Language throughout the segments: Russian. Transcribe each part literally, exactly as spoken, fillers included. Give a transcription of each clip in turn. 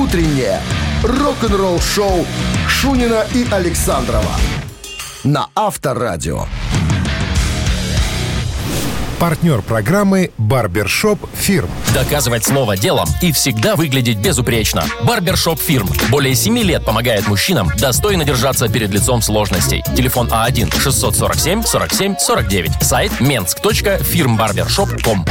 утреннее рок-н-ролл-шоу Шунина и Александрова на Авторадио. Партнер программы «Барбершоп Фирм». Доказывать слово делом и всегда выглядеть безупречно. «Барбершоп Фирм» более семи лет помогает мужчинам достойно держаться перед лицом сложностей. Телефон А один шестьсот сорок семь сорок семь сорок девять. Сайт менск точка фирмбарбершоп точка ком.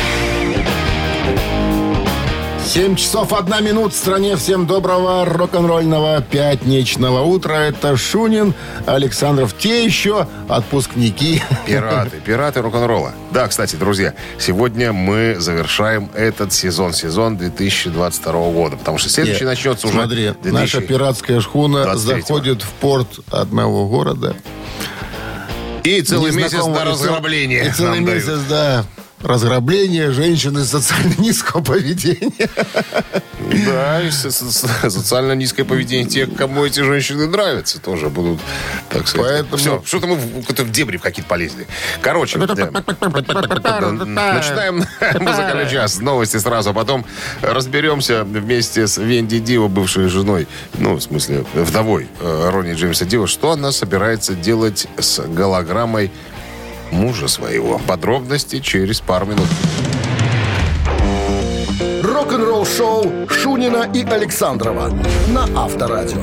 семь часов одна минута в стране. Всем доброго рок-н-ролльного пятничного утра. Это Шунин, Александров. Те еще отпускники. Пираты, пираты рок-н-ролла. Да, кстати, друзья, сегодня мы завершаем этот сезон, сезон две тысячи двадцать второго года. Потому что следующий Нет, начнется уже... Смотри, две тысячи наша пиратская шхуна заходит в порт одного города. И целый месяц на разграбление. И целый месяц, да. Разграбление женщины социально низкого поведения. Да, и социально низкое поведение тех, кому эти женщины нравятся, тоже будут, так сказать. Поэтому... Все, что-то мы в, в дебри в какие-то полезли. Короче, начинаем музыкальный час. Новости сразу, а потом разберемся вместе с Венди Дио, бывшей женой, ну, в смысле, вдовой Ронни Джеймса Дио, что она собирается делать с голограммой мужа своего. Подробности через пару минут. Рок-н-ролл-шоу Шунина и Александрова на Авторадио.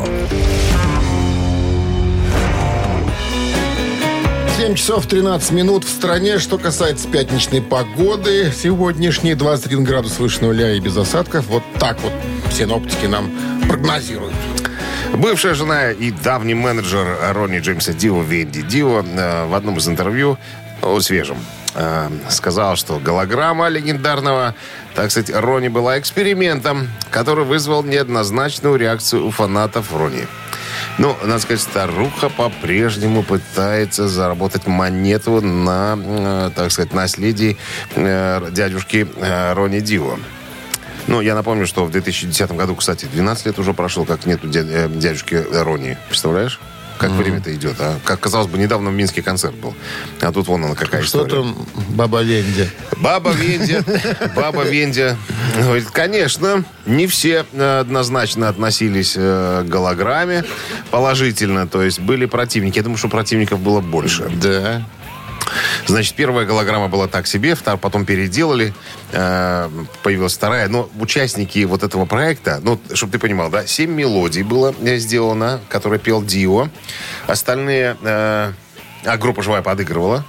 семь часов тринадцать минут в стране. Что касается пятничной погоды, сегодняшний двадцать один градус выше нуля и без осадков. Вот так вот синоптики нам прогнозируют. Бывшая жена и давний менеджер Ронни Джеймса Дио, Венди Дио, в одном из интервью, ну, свежем, сказал, что голограмма легендарного, так сказать, Ронни была экспериментом, который вызвал неоднозначную реакцию у фанатов Ронни. Ну, надо сказать, старуха по-прежнему пытается заработать монету на, так сказать, наследии дядюшки Ронни Дио. Ну, я напомню, что в две тысячи десятом году, кстати, двенадцать лет уже прошло, как нету дядюшки Ронни. Представляешь? Как mm-hmm. время-то идет, а? Как, казалось бы, недавно в Минске концерт был. А тут вон она какая Что история. там Баба Венди? Баба Венди. Баба Венди. Говорит, конечно, не все однозначно относились к голограмме положительно. То есть были противники. Я думаю, что противников было больше. Да. Значит, первая голограмма была так себе, вторая потом переделали, э, появилась вторая. Но участники вот этого проекта, ну, чтобы ты понимал, да, семь мелодий было сделано, которые пел Дио. Остальные, э, а группа «Живая» подыгрывала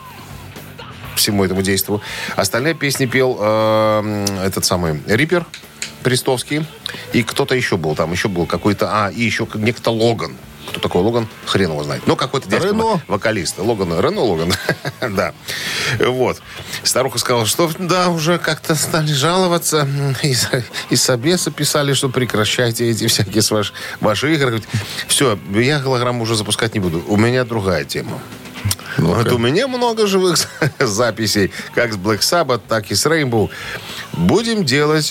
всему этому действу. Остальные песни пел э, этот самый Риппер Престовский. И кто-то еще был там, еще был какой-то, а, и еще некто Логан. Кто такой Логан? Хрен его знает. Ну, какой-то дядька, Рено. вокалист. Логан, Рено Логан. Да. Вот. Старуха сказала, что да, уже как-то стали жаловаться. И, и собесы писали, что прекращайте эти всякие ваши, ваши игры. Все, я голограмму уже запускать не буду. У меня другая тема. Вот у меня много живых записей, как с Black Sabbath, так и с Rainbow. Будем делать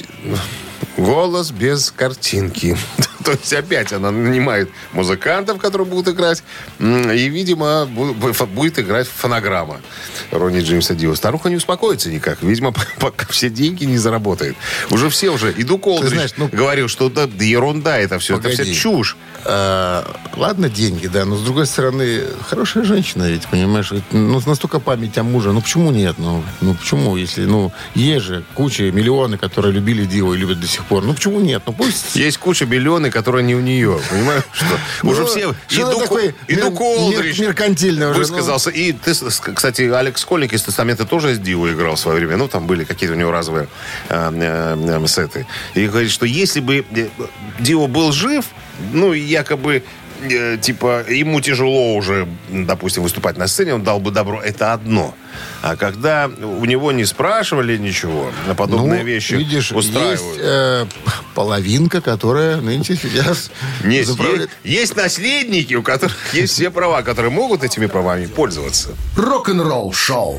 голос без картинки. То есть опять она нанимает музыкантов, которые будут играть. И, видимо, будет играть фонограмма Ронни Джеймса Дио. Старуха не успокоится никак. Видимо, пока все деньги не заработает. Уже все уже. Иду Колдрич ну, говорил, что да, ерунда это все. Погоди. Это вся чушь. А, ладно, деньги, да. Но, с другой стороны, хорошая женщина ведь, понимаешь. Ну, настолько память о муже. Ну, почему нет? Ну, ну почему, если... Ну, есть же куча, миллионы, которые любили Дио и любят до сих пор. Ну, почему нет? Ну, пусть... Есть куча, миллионы, которые не у нее. Понимаешь, что? Уже все... Иду Колдрич высказался. И ты, кстати, Алекс Кольник из «Тестамента» тоже с Дио играл в свое время. Ну, там были какие-то у него разовые сеты. И говорит, что если бы Дио был жив, ну, якобы, э, типа, ему тяжело уже, допустим, выступать на сцене, он дал бы добро. Это одно. А когда у него не спрашивали ничего, на подобные ну, вещи видишь, устраивают. Есть э, половинка, которая нынче сейчас есть, есть, есть наследники, у которых есть все права, которые могут этими правами пользоваться. Рок-н-ролл шоу.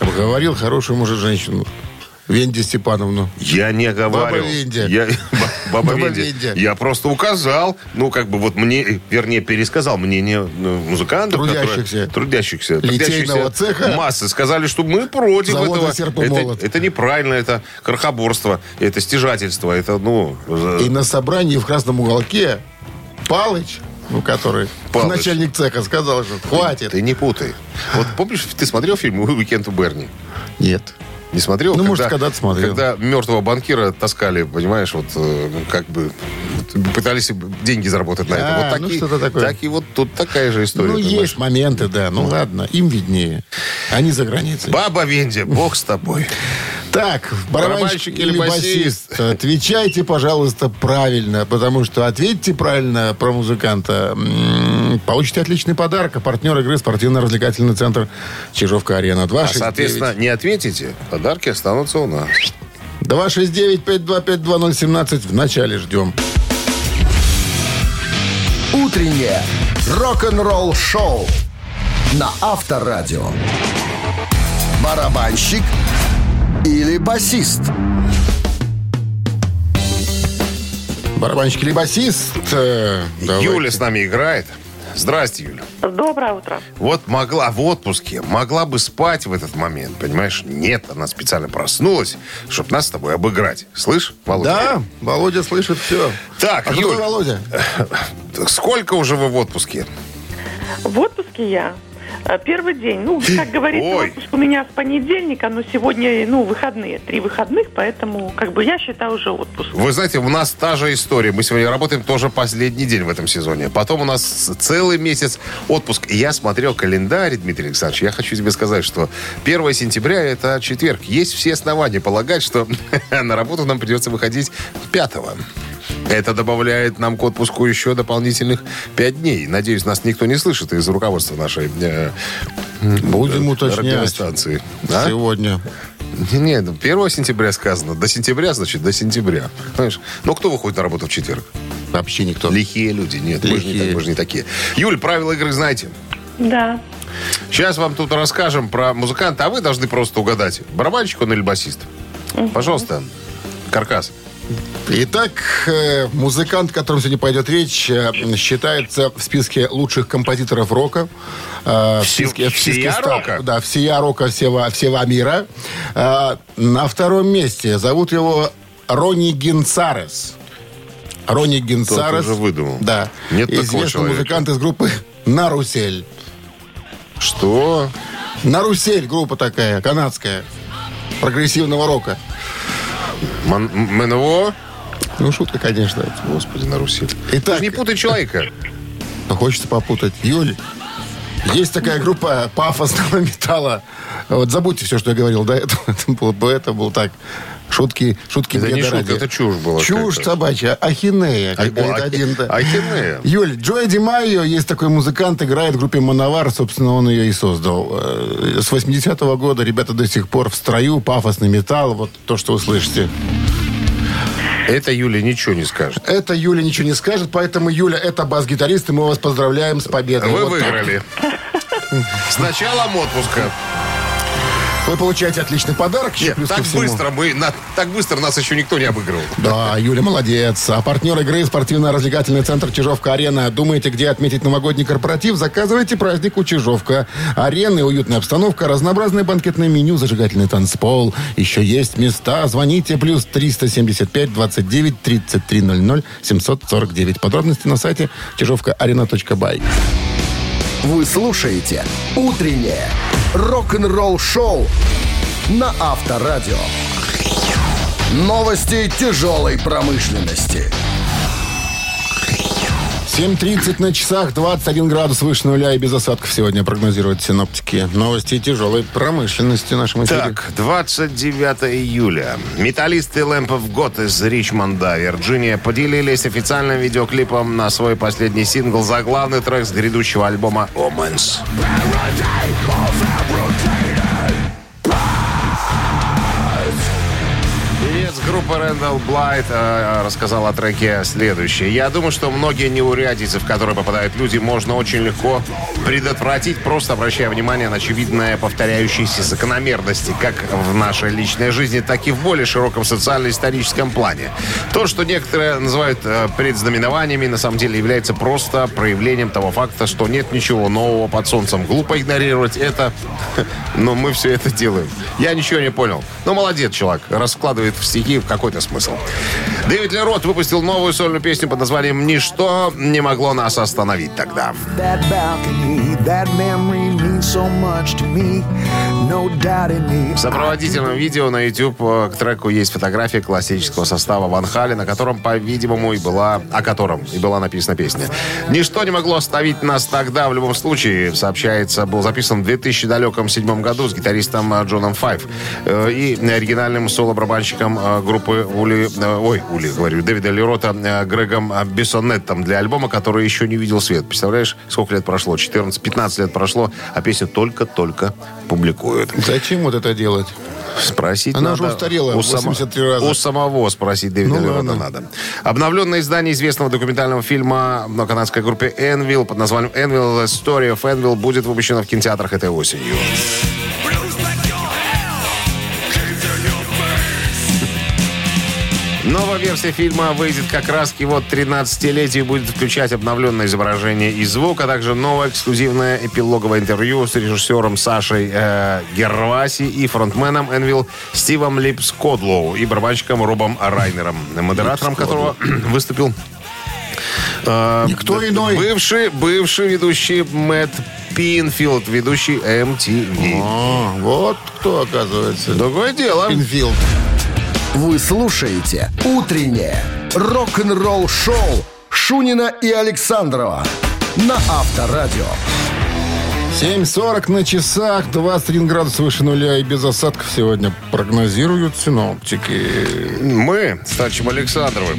Говорил хорошую, может, женщину. Венди Степановну. Я не говорю. Баба Венди. Я, Баба Баба Венди. Венди. Я просто указал, ну, как бы вот мне, вернее, пересказал мнение ну, музыкантов. Трудящихся. которые- Трудящихся. Литейного трудящихся цеха. массы. Сказали, что мы против Завода этого. «Серп и Это, молот». это неправильно, это крохоборство, это стяжательство, это, ну... И на собрании в красном уголке Палыч, ну, который Палыч. начальник цеха, сказал, что хватит. Ты не путай. Вот помнишь, ты смотрел фильм «Уикенд у Берни»? Нет. Не смотрел? Ну, может, когда-то смотрел. Когда мертвого банкира таскали, понимаешь, вот э, ну, как бы пытались деньги заработать на А, это. Вот ну, таки- что-то такое. Так и вот тут такая же история. Ну, понимаешь. есть моменты, да. Ну, ладно, им виднее. Они за границей. Баба Венди, бог с тобой. Так, барабанщик Барабанщик или или басист, отвечайте, пожалуйста, правильно, потому что ответьте правильно про музыканта, м, получите отличный подарок. А партнер игры спортивно-развлекательный центр Чижовка-Арена. два А, шесть соответственно, девять не ответите, подарки останутся у нас. два шесть девять пять два пять два ноль один семь. В начале ждем. Утреннее рок-н-ролл-шоу на Авторадио. Барабанщик или басист? Барабанщик или басист? Э, давайте. Юля с нами играет. Здрасте, Юля. Доброе утро. Вот могла в отпуске, могла бы спать в этот момент, понимаешь? Нет, она специально проснулась, чтобы нас с тобой обыграть. Слышь, Володя? Да, Володя слышит все. Так, А Юль, какой Володя? сколько уже вы в отпуске? В отпуске я. э, Первый день. Ну, как говорится, Ой. отпуск у меня с понедельника, но сегодня, ну, выходные. Три выходных, поэтому, как бы, я считаю уже отпуск. Вы знаете, у нас та же история. Мы сегодня работаем тоже последний день в этом сезоне. Потом у нас целый месяц отпуск. И я смотрел календарь, Дмитрий Александрович. Я хочу тебе сказать, что первое сентября это четверг. Есть все основания полагать, что на работу нам придется выходить пятого. Это добавляет нам к отпуску еще дополнительных пять дней. Надеюсь, нас никто не слышит из руководства нашей э, Будем уточнять. радиостанции. А? Сегодня. Нет, первого сентября сказано. До сентября, значит, до сентября. Понимаешь? Но кто выходит на работу в четверг? Вообще никто. Лихие люди. Нет, мы же, не, Лихие. так- мы же не такие. Юль, правила игры знаете. Да. Сейчас вам тут расскажем про музыканта, а вы должны просто угадать, барабанщик он или басист. Пожалуйста, каркас. Итак, э, музыкант, о котором сегодня пойдет речь, э, считается в списке лучших композиторов рока. Э, в Все- списке, в списке всея ста- рока? Да, всея рока всего, всего мира. Э, на втором месте зовут его Ронни Генцарес. Ронни Генцарес. уже выдумал. Да. Нет такого Известный человека. музыкант из группы «Нарусель». Что? «Нарусель» группа такая, канадская, прогрессивного рока. Ман- М- МНО? Ну, шутка, конечно. Господи, на Руси. Итак, Ты же не путай человека. хочется попутать. Юль, есть такая группа пафосного металла. Вот забудьте все, что я говорил до этого. Это было бы, это был так. Шутки, шутки Это не бреда шутка, ради. это чушь была Чушь какая-то. собачья. Ахинея, как А- говорит о, один. да. Ахинея. Юль, Джои Ди Майо, есть такой музыкант, играет в группе Мановар. Собственно, он ее и создал. Э, С восьмидесятого года ребята до сих пор в строю. Пафосный металл. Вот то, что вы слышите. Это Юля ничего не скажет. Это Юля ничего не скажет, поэтому, Юля, это бас-гитарист, и мы вас поздравляем с победой. Вы Вот так. выиграли. С началом отпуска. Вы получаете отличный подарок. еще Нет, плюс ко так всему. быстро мы, на- так быстро нас еще никто не обыгрывал. Да, Юля молодец. А партнер игры спортивно-развлекательный центр Чижовка-Арена. Думаете, где отметить новогодний корпоратив? Заказывайте праздник у Чижовка. Арены, уютная обстановка, разнообразное банкетное меню, зажигательный танцпол. Еще есть места. Звоните. Плюс триста семьдесят пять двадцать девять тридцать три ноль ноль семьсот сорок девять. Подробности на сайте чижовка арена точка бай. Вы слушаете «Утреннее рок-н-ролл-шоу» на Авторадио. Новости тяжелой промышленности. семь тридцать на часах, двадцать один градус выше нуля и без осадков сегодня прогнозируют синоптики. Новости тяжелой промышленности в нашем эфире. Так, двадцать девятого июля. Металлисты Lamp of God из Ричмонда, Вирджиния, поделились официальным видеоклипом на свой последний сингл за главный трек с грядущего альбома «Omens». Певец группы Рэндалл Блайт э, рассказал о треке следующее. Я думаю, что многие неурядицы, в которые попадают люди, можно очень легко предотвратить, просто обращая внимание на очевидные повторяющиеся закономерности, как в нашей личной жизни, так и в более широком социально-историческом плане. То, что некоторые называют э, предзнаменованиями, на самом деле является просто проявлением того факта, что нет ничего нового под солнцем. Глупо игнорировать это, но мы все это делаем. Я ничего не понял. Ну, молодец, чувак. Раскладывает в стихи в какой-то смысл. Дэвид Ли Рот выпустил новую сольную песню под названием «Ничто не могло нас остановить тогда». В сопроводительном видео на YouTube к треку есть фотография классического состава Ван Хали, на котором, по-видимому, и была, о котором и была написана песня. «Ничто не могло остановить нас тогда». В любом случае, сообщается, был записан в две тысячи седьмом году с гитаристом Джоном Файв и оригинальным соло-барабанщиком группы Ули, ой, Ули, говорю, Дэвида Ли Рота Грегом Бессонеттом для альбома, который еще не видел свет. Представляешь, сколько лет прошло? четырнадцать-пятнадцать лет прошло, а песню только-только публикуют. Зачем вот это делать? Спросить Она надо. уже устарела у восемьдесят три раза. У самого спросить Дэвида Ну, Ли Рота ладно. надо. Обновленное издание известного документального фильма на канадской группе Энвилл под названием «Энвилл. The Story of Энвилл» будет выпущено в кинотеатрах этой осенью. Новая версия фильма выйдет как раз к его тринадцатилетию и будет включать обновленное изображение и звук, а также новое эксклюзивное эпилоговое интервью с режиссером Сашей э, Герваси и фронтменом Энвилл Стивом Липскодлоу и барабанщиком Робом Райнером, модератором которого выступил э, Никто иной. Бывший, бывший ведущий Мэтт Пинфилд, ведущий эм ти ви. А, вот кто, оказывается. Другое дело. Пинфилд. Вы слушаете «Утреннее рок-н-ролл-шоу» Шунина и Александрова на Авторадио. семь сорок на часах, двадцать один градус выше нуля и без осадков сегодня прогнозируют синоптики. Мы с Тачем Александровым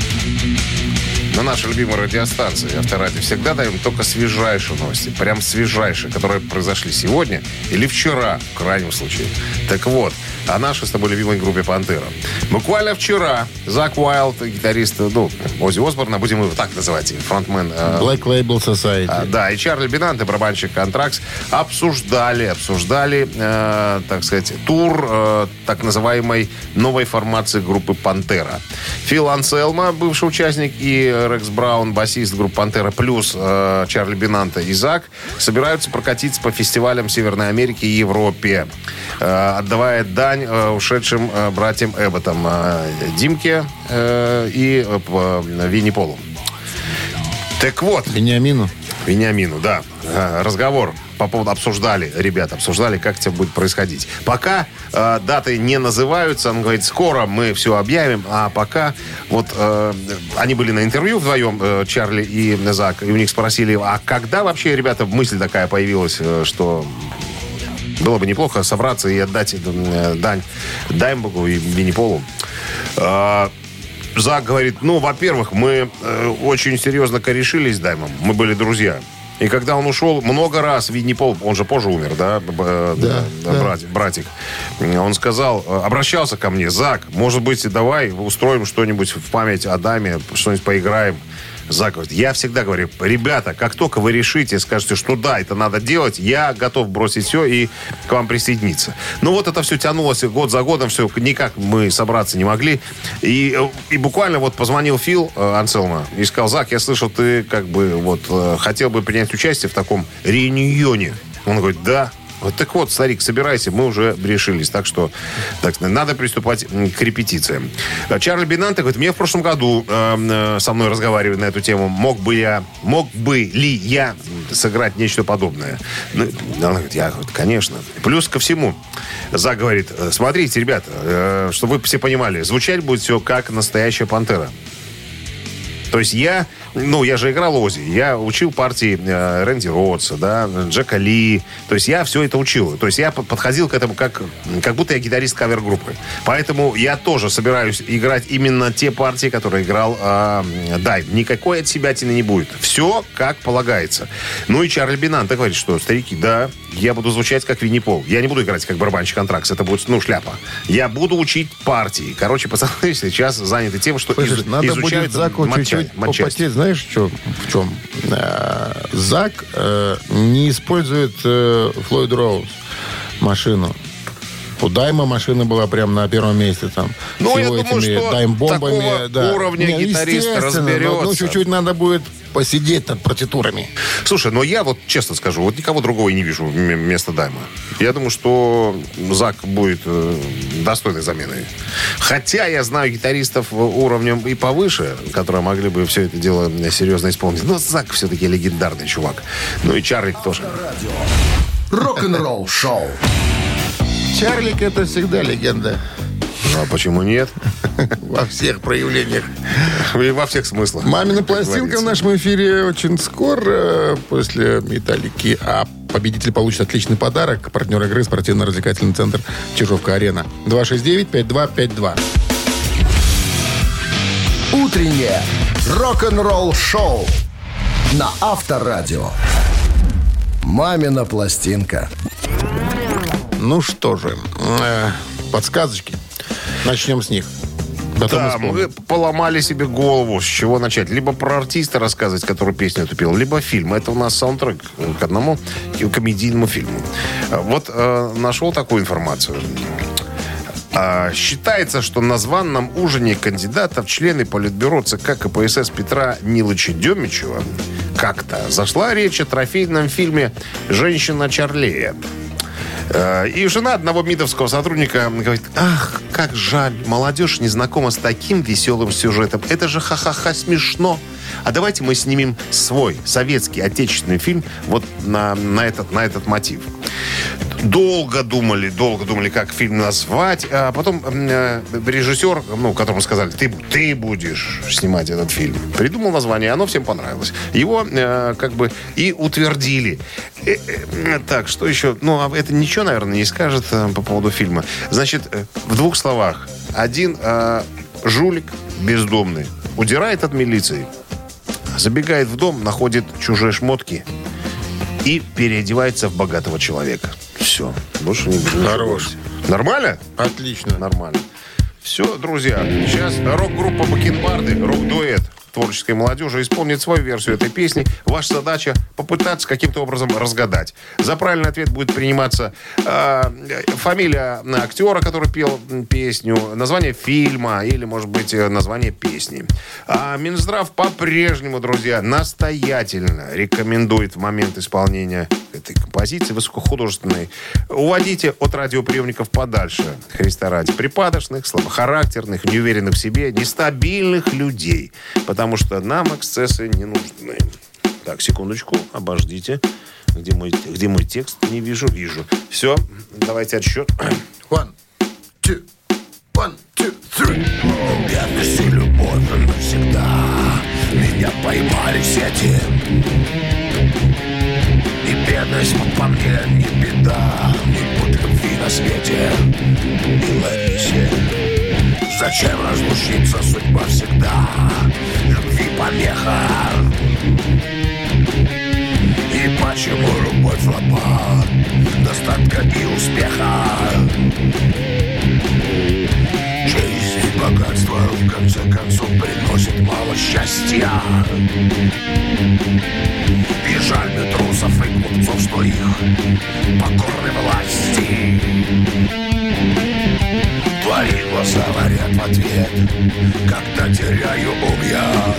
на нашей любимой радиостанции Авторадио всегда даем только свежайшие новости. Прям свежайшие, которые произошли сегодня или вчера, в крайнем случае. Так вот, о нашей с тобой любимой группе «Пантера». Буквально вчера Зак Уайлд, гитарист, ну, Оззи Осборна, будем его так называть, фронтмен. Э, Black Label Society. а, да, и Чарли Бинанте, барабанщик Антракс, обсуждали, обсуждали, э, так сказать, тур э, так называемой новой формации группы «Пантера». Фил Анселмо, бывший участник, и Рекс Браун, басист группы «Пантера», плюс э, Чарли Бинанте и Зак собираются прокатиться по фестивалям Северной Америки и Европе, э, отдавая дань э, ушедшим э, братьям Эбботам, э, Димке э, и э, Винни Полу. Так вот, Бениамину. Вениамину, да. Э, Разговор по поводу обсуждали, ребята, обсуждали, как это будет происходить. Пока э, даты не называются, он говорит, скоро мы все объявим, а пока вот э, они были на интервью вдвоем, э, Чарли и Зак, и у них спросили, а когда вообще, ребята, мысль такая появилась, э, что было бы неплохо собраться и отдать э, дань Даймбогу и Винни Полу. Э, Зак говорит, ну, во-первых, мы э, очень серьезно корешились с Даймом, мы были друзья. И когда он ушел, много раз Винни Пол, он же позже умер, да, да, да, да. Братик, братик, он сказал, обращался ко мне, Зак, может быть, давай устроим что-нибудь в память о Даме, что-нибудь поиграем. Зак говорит, я всегда говорю, ребята, как только вы решите, скажете, что да, это надо делать, я готов бросить все и к вам присоединиться. Ну вот это все тянулось год за годом, все, никак мы собраться не могли. И, и буквально вот позвонил Фил э, Анселмо и сказал, Зак, я слышал, ты как бы вот э, хотел бы принять участие в таком реюнионе. Он говорит, да. Вот так вот, старик, собирайся, мы уже решились. Так что так, надо приступать к репетициям. Чарли Бинанте говорит, мне в прошлом году э, со мной разговаривали на эту тему. Мог бы я, мог бы ли я сыграть нечто подобное? Ну, он говорит, я говорю, конечно. Плюс ко всему, Зак говорит, смотрите, ребята, э, чтобы вы все понимали, звучать будет все как настоящая «Пантера». То есть я ну, я же играл Оззи, я учил партии э, Рэнди Ротса, да, Джека Ли. То есть я все это учил. То есть я подходил к этому как, как будто я гитарист кавер-группы. Поэтому я тоже собираюсь играть именно те партии, которые играл э, Дайв. Никакой от себя тины не будет. Все как полагается. Ну и Чарли Бинанте говорит, что, старики, да, я буду звучать как Винни Пол. Я не буду играть как барабанщик Антракс. Это будет, ну, шляпа. Я буду учить партии. Короче, пацаны сейчас заняты тем, что Слышишь, из, надо изучают будет Заку чуть-чуть попотеть. Знаешь, что, в чем? Э, Зак э, не использует э, Флойд Роуз машину. У Дайма машина была прям на первом месте там. Ну, я всего думаю, этими что дайм-бомбами. такого Да. уровня Не, гитарист естественно, разберется. но, ну, чуть-чуть надо будет посидеть над партитурами. Слушай, но я вот честно скажу, вот никого другого и не вижу вместо Дайма. Я думаю, что Зак будет э, достойной заменой. Хотя я знаю гитаристов уровнем и повыше, которые могли бы все это дело серьезно исполнить. Но Зак все-таки легендарный чувак. Ну и Чарлик тоже. Рок-н-ролл шоу. Чарлик — это всегда легенда. Ну, а почему нет? Во всех проявлениях. И во всех смыслах. Мамина пластинка в нашем эфире очень скоро, после «Металлики». А победитель получит отличный подарок. Партнер игры — спортивно-развлекательный центр «Чижовка-арена». два шесть девять пять два пять два. Утреннее рок-н-ролл шоу на Авторадио. Мамина пластинка. Ну что же, э, подсказочки. Начнем с них. Потом Да, вспомним. мы поломали себе голову, с чего начать. Либо про артиста рассказывать, который песню эту пел, либо фильм. Это у нас саундтрек к одному комедийному фильму. Вот э, нашел такую информацию. А, считается, что на званном ужине кандидата в члены Политбюро ЦК КПСС Петра Нилыча Демичева как-то зашла речь о трофейном фильме «Женщина Чарлея». И жена одного МИДовского сотрудника говорит: ах, как жаль, молодежь не знакома с таким веселым сюжетом. Это же ха-ха-ха смешно. А давайте мы снимем свой советский отечественный фильм вот на, на, этот, на этот мотив. Долго думали, долго думали, как фильм назвать. А потом э, режиссер, ну, которому сказали, ты, ты будешь снимать этот фильм, придумал название, оно всем понравилось. Его э, как бы и утвердили. Э, э, так, что еще? Ну, это ничего, наверное, не скажет э, по поводу фильма. Значит, э, в двух словах. Один э, жулик бездомный удирает от милиции, забегает в дом, находит чужие шмотки и переодевается в богатого человека. Все. Больше не буду. Хорош. Нормально? Отлично. Нормально. Все, друзья. Сейчас рок-группа Бакенбарды, рок-дуэт творческой молодежи исполнит свою версию этой песни. Ваша задача попытаться каким-то образом разгадать. За правильный ответ будет приниматься э, фамилия актера, который пел песню, название фильма или, может быть, название песни. А Минздрав по-прежнему, друзья, настоятельно рекомендует в момент исполнения этой композиции высокохудожественной уводите от радиоприемников подальше, Христа ради, припадочных, слабохарактерных, неуверенных в себе, нестабильных людей. Потому что нам эксцессы не нужны. Так, секундочку, обождите. Где мой, где мой текст? Не вижу, вижу. Все, давайте отсчет. One, two, one, two, three. Бедность и любовь навсегда меня поймали в сети. И бедность по мне не беда, не будет любви на свете. И Ларисе, зачем разлучиться, судьба всегда любви помеха. И почему любовь слаба, достатка и успеха. Жизнь и богатство в конце концов приносит мало счастья. И жаль мне трусов и глупцов, что их покорны власти. Твои глаза говорят в ответ, когда теряю ум я.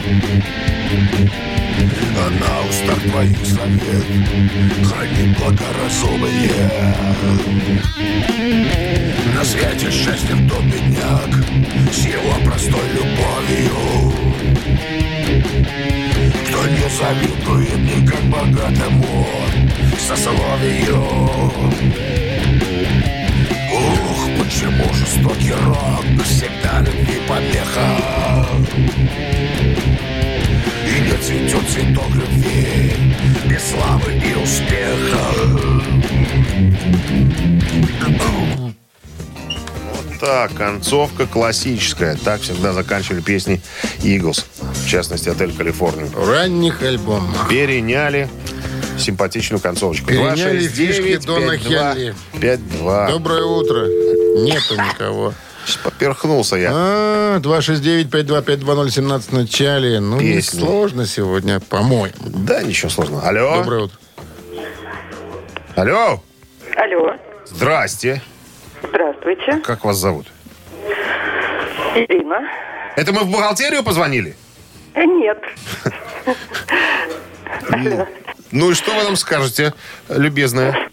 А на устах твоих совет храни благоразумие. На свете счастье в том бедняк с его простой любовью. Кто не завидует ни как богатому сословию. Ух, почему жестокий рок всегда любви помеха. Так, концовка классическая. Так всегда заканчивали песни Eagles. В частности, «Отель Калифорния». Ранних альбомах. Переняли симпатичную концовочку. Переняли фишки Дона Хелли. пять два. Доброе утро. Нету никого. Поперхнулся я. А, два шесть девять пять два пять два ноль семнадцать в начале. Ну, не Песни. сложно сегодня, по-моему. Да, ничего сложного. Алло. Доброе утро. Алло. Алло. Здрасте. Здравствуйте. Как вас зовут? Ирина. Это мы в бухгалтерию позвонили? Э, Нет. Ну и что вы нам скажете, любезная?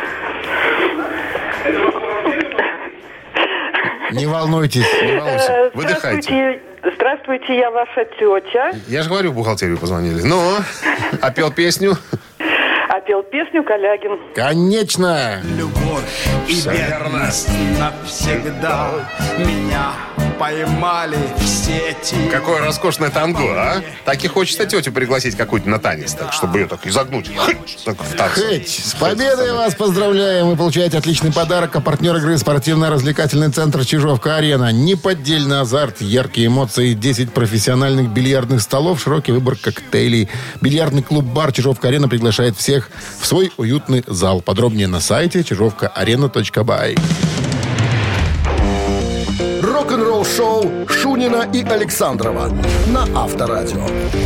Не волнуйтесь. Не волнуйтесь. Э, Выдыхайте. Здравствуйте. Здравствуйте, я ваша тетя. Я же говорю, в бухгалтерию позвонили. Ну, а пел песню? А пел песню Калягин. Конечно. Любовь и бедность навсегда меня поймали в сети. Какое роскошное танго, а? Так и хочется тетю пригласить какую-то на танец, так, чтобы ее так изогнуть. Хыть, так в танце. Хэть, с победой вас поздравляем. Вы получаете отличный подарок. А партнер игры спортивно-развлекательный центр «Чижовка-арена». Неподдельный азарт, яркие эмоции, десять профессиональных бильярдных столов, широкий выбор коктейлей. Бильярдный клуб-бар «Чижовка-арена» приглашает всех в свой уютный зал. Подробнее на сайте чижовка арена точка бай. Рок-н-ролл-шоу Шунина и Александрова на Авторадио.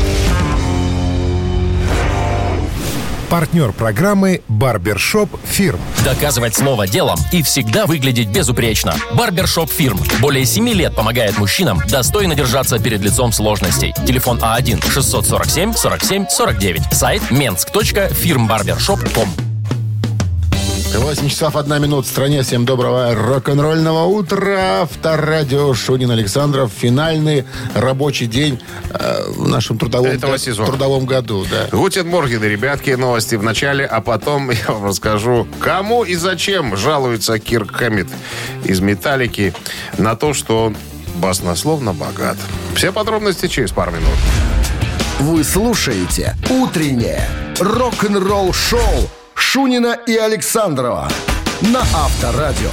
Партнер программы «Барбершоп Фирм». Доказывать слово делом и всегда выглядеть безупречно. Барбершоп Фирм. Более семи лет помогает мужчинам достойно держаться перед лицом сложностей. Телефон А один шестьсот сорок семь сорок семь сорок девять. Сайт менск точка фирмбарбершоп точка ком. восемь часов одна минута. В стране. Всем доброго рок-н-ролльного утра. Авторадио Шунин Александров. Финальный рабочий день э, в нашем трудовом, Этого го- сезона. трудовом году. Да. Гутен Морген, ребятки, новости в начале, а потом я вам расскажу, кому и зачем жалуется Кирк Хэммит из «Металлики» на то, что он баснословно богат. Все подробности через пару минут. Вы слушаете «Утреннее рок-н-ролл-шоу» Шунина и Александрова на Авторадио.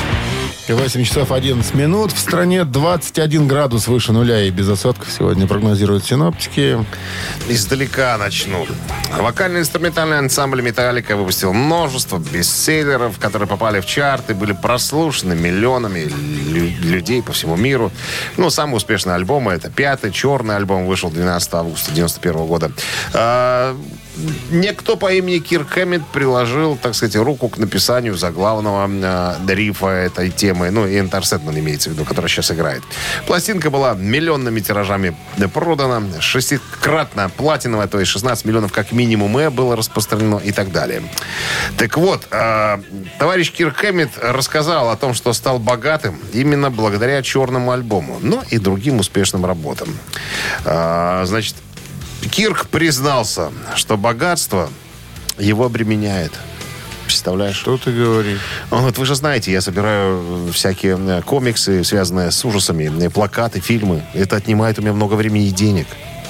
восемь часов одиннадцать минут. В стране двадцать один градус выше нуля и без осадков сегодня прогнозируют синоптики. Издалека начну. Вокально-инструментальный ансамбль «Металлика» выпустил множество бестселлеров, которые попали в чарты, были прослушаны миллионами лю- людей по всему миру. Ну, самый успешный альбом — это пятый, «Черный» альбом, вышел двенадцатого августа девяносто первого года. А, Некто по имени Кирк Хэммит приложил, так сказать, руку к написанию заглавного э, рифа этой темы. Ну, и Энтер Сэндман имеется в виду, который сейчас играет. Пластинка была миллионными тиражами продана, шестикратно платиновая, то есть шестнадцать миллионов как минимум э, было распространено и так далее. Так вот, э, товарищ Кирк Хэммит рассказал о том, что стал богатым именно благодаря «Черному» альбому, но и другим успешным работам. Э, значит, Кирк признался, что богатство его обременяет. Представляешь? Что ты говоришь? Он говорит, вы же знаете, я собираю всякие комиксы, связанные с ужасами, плакаты, фильмы. Это отнимает у меня много времени и денег.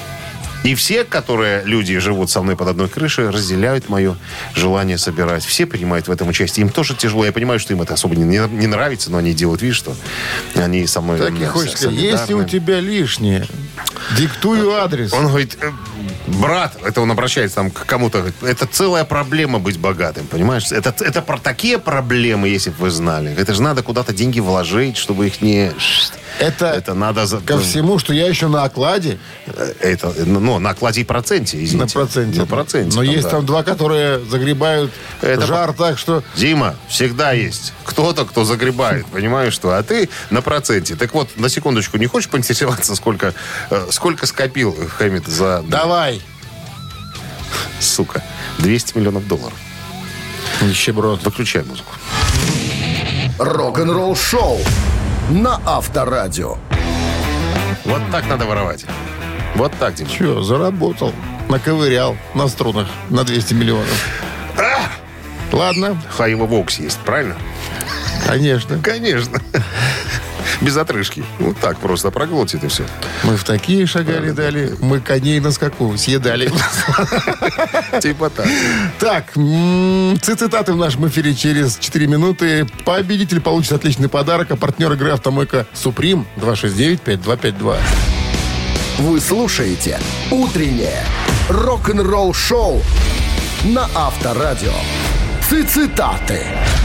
И все, которые люди живут со мной под одной крышей, разделяют мое желание собирать. Все принимают в этом участие. Им тоже тяжело. Я понимаю, что им это особо не, не нравится, но они делают вид, что они со мной... Так и хочется сказать, если у тебя лишнее, диктую адрес. Он говорит, брат, это он обращается там к кому-то, говорит, это целая проблема быть богатым, понимаешь? Это, это про такие проблемы, если бы вы знали. Это же надо куда-то деньги вложить, чтобы их не... Это, это надо... ко всему, что я еще на окладе. Это, ну, на окладе и проценте, извините. На проценте. На проценте. Но там, есть да. там два, которые загребают Это жар так, что... Дима, всегда есть кто-то, кто загребает, понимаешь что? А ты на проценте. Так вот, на секундочку, не хочешь поинтересоваться, сколько, сколько скопил Хэммит за... Давай. Сука. двести миллионов долларов. Нищеброд. Выключай музыку. Рок-н-ролл-шоу на Авторадио. Вот так надо воровать. Вот так, Дима. Че, заработал. Наковырял на струнах на двести миллионов. А! Ладно. Хайва Вокс есть, правильно? Конечно. Конечно. Без отрыжки. Вот так просто проглотит и все. Мы в такие шагали дали, мы коней на скаку съедали. Типа так. Так, м, цитаты в нашем эфире через четыре минуты. Победитель получит отличный подарок, а партнер игры «Автомойка Суприм» два шесть девять пять два пять два. Вы слушаете «Утреннее рок-н-ролл-шоу» на Авторадио. Цитаты.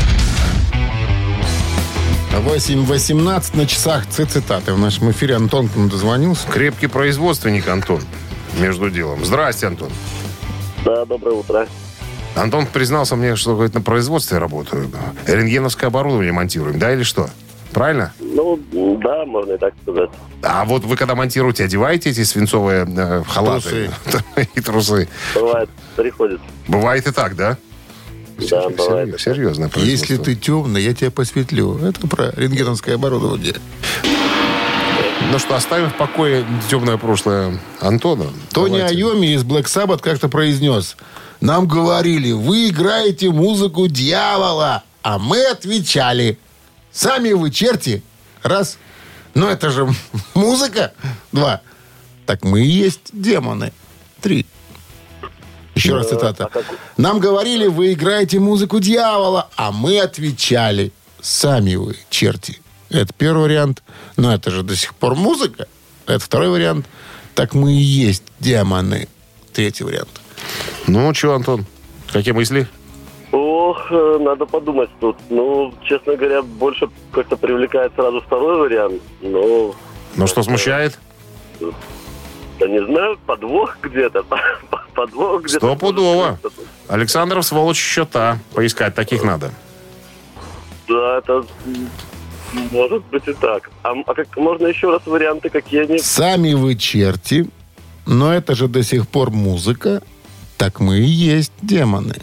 восемь восемнадцать на часах цитаты. В нашем эфире Антон к нам дозвонился. Крепкий производственник Антон. Между делом. Здрасте, Антон. Да, доброе утро. Антон признался мне, что говорит, на производстве работаю. Рентгеновское оборудование монтируем, да, или что? Правильно? Ну, да, можно и так сказать. А вот вы, когда монтируете, одеваете эти свинцовые э, халаты и трусы? Бывает, приходит. Бывает и так, да? Да, бывает. Серьезно. Если ты темный, я тебя посветлю. Это про рентгеновское оборудование. Ну что, оставим в покое темное прошлое Антона. Тони Айоми из Black Sabbath как-то произнес: нам говорили, вы играете музыку дьявола, а мы отвечали: сами вы черти. Раз. Но это же музыка. Два. Так мы и есть демоны. Три. Еще раз цитата. Нам говорили, вы играете музыку дьявола, а мы отвечали: сами вы черти. Это первый вариант. Но это же до сих пор музыка. Это второй вариант. Так мы и есть демоны. Третий вариант. Ну, что, Антон, какие мысли? Ох, надо подумать тут. Ну, честно говоря, больше как-то привлекает сразу второй вариант. Но... Ну, что смущает? Да не знаю, подвох где-то. Подвох где-то. Стопудово. Александров, сволочь, еще та. Поискать таких надо. Да, это... Может быть и так. А, а как можно еще раз варианты какие они? Сами вы черти, но это же до сих пор музыка. Так мы и есть демоны.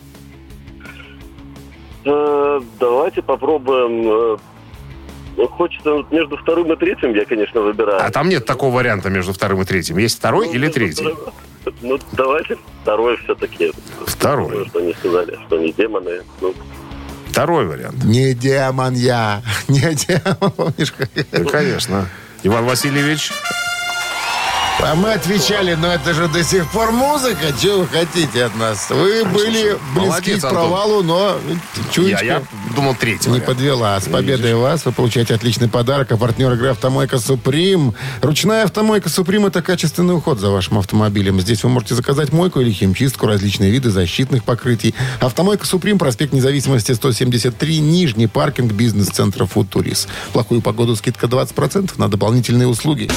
Э, давайте попробуем. Э, хочется между вторым и третьим, я, конечно, выбираю. А там нет такого варианта между вторым и третьим. Есть второй ну, или третий? Ну, давайте второй все-таки. Второй. Что они сказали, что они демоны. Ну. Второй вариант. Не демон я. Не демон, помнишь? Ну, конечно. Иван Васильевич. А мы отвечали, но это же до сих пор музыка. Чего вы хотите от нас? Вы были близки Молодец, к провалу, но чуечка Я, я думал третий не вариант. подвела. С победой вас вы получаете отличный подарок. А партнер игры «Автомойка Суприм». Ручная «Автомойка Суприм» — это качественный уход за вашим автомобилем. Здесь вы можете заказать мойку или химчистку, различные виды защитных покрытий. «Автомойка Суприм», проспект Независимости, сто семьдесят три, Нижний паркинг бизнес-центра «Футурис». В плохую погоду скидка двадцать процентов на дополнительные услуги.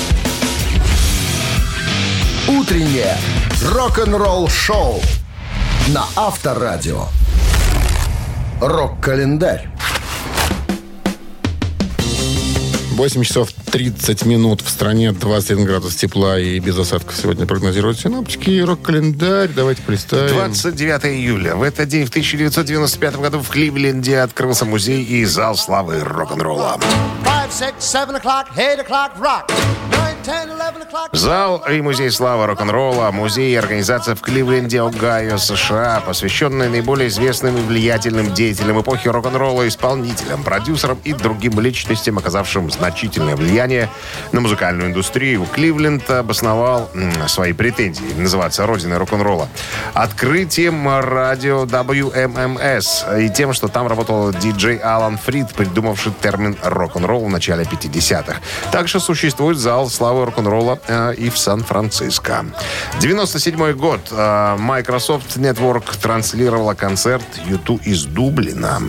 Утреннее рок-н-ролл-шоу на Авторадио. Рок-календарь. восемь часов тридцать минут в стране, двадцать один градус тепла и без осадков сегодня прогнозируют синоптики. И рок-календарь давайте представим. двадцать девятого июля. В этот день в тысяча девятьсот девяносто пятом году в Кливленде открылся музей и зал славы рок-н-ролла. Зал и музей славы рок-н-ролла, музей и организация в Кливленде, Огайо, США, посвященная наиболее известным и влиятельным деятелям эпохи рок-н-ролла, исполнителям, продюсерам и другим личностям, оказавшим значительное влияние на музыкальную индустрию. Кливленд обосновал м, свои претензии называться родиной рок-н-ролла открытием радио дабл ю эм эм эс и тем, что там работал диджей Алан Фрид, придумавший термин рок-н-ролл в начале пятидесятых. Также существует зал славы рок-н-ролла э, и в Сан-Франциско. девяносто седьмой год. Э, Microsoft Network транслировала концерт ю ту из Дублина.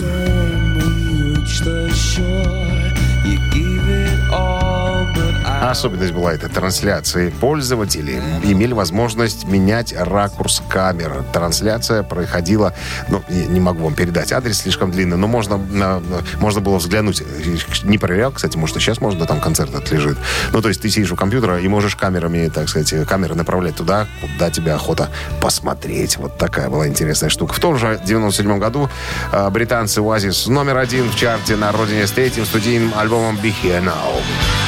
Особенность была этой трансляции. Пользователи имели возможность менять ракурс камеры. Трансляция проходила... Ну, не, не могу вам передать адрес, слишком длинный, но можно, на, можно было взглянуть. Не проверял, кстати, может, и сейчас можно, там концерт отлежит. Ну, то есть ты сидишь у компьютера и можешь камерами, так сказать, камеры направлять туда, куда тебе охота посмотреть. Вот такая была интересная штука. В том же девяносто седьмом году э, британцы Oasis номер один в чарте на родине с третьим студийным альбомом «Be Here Now».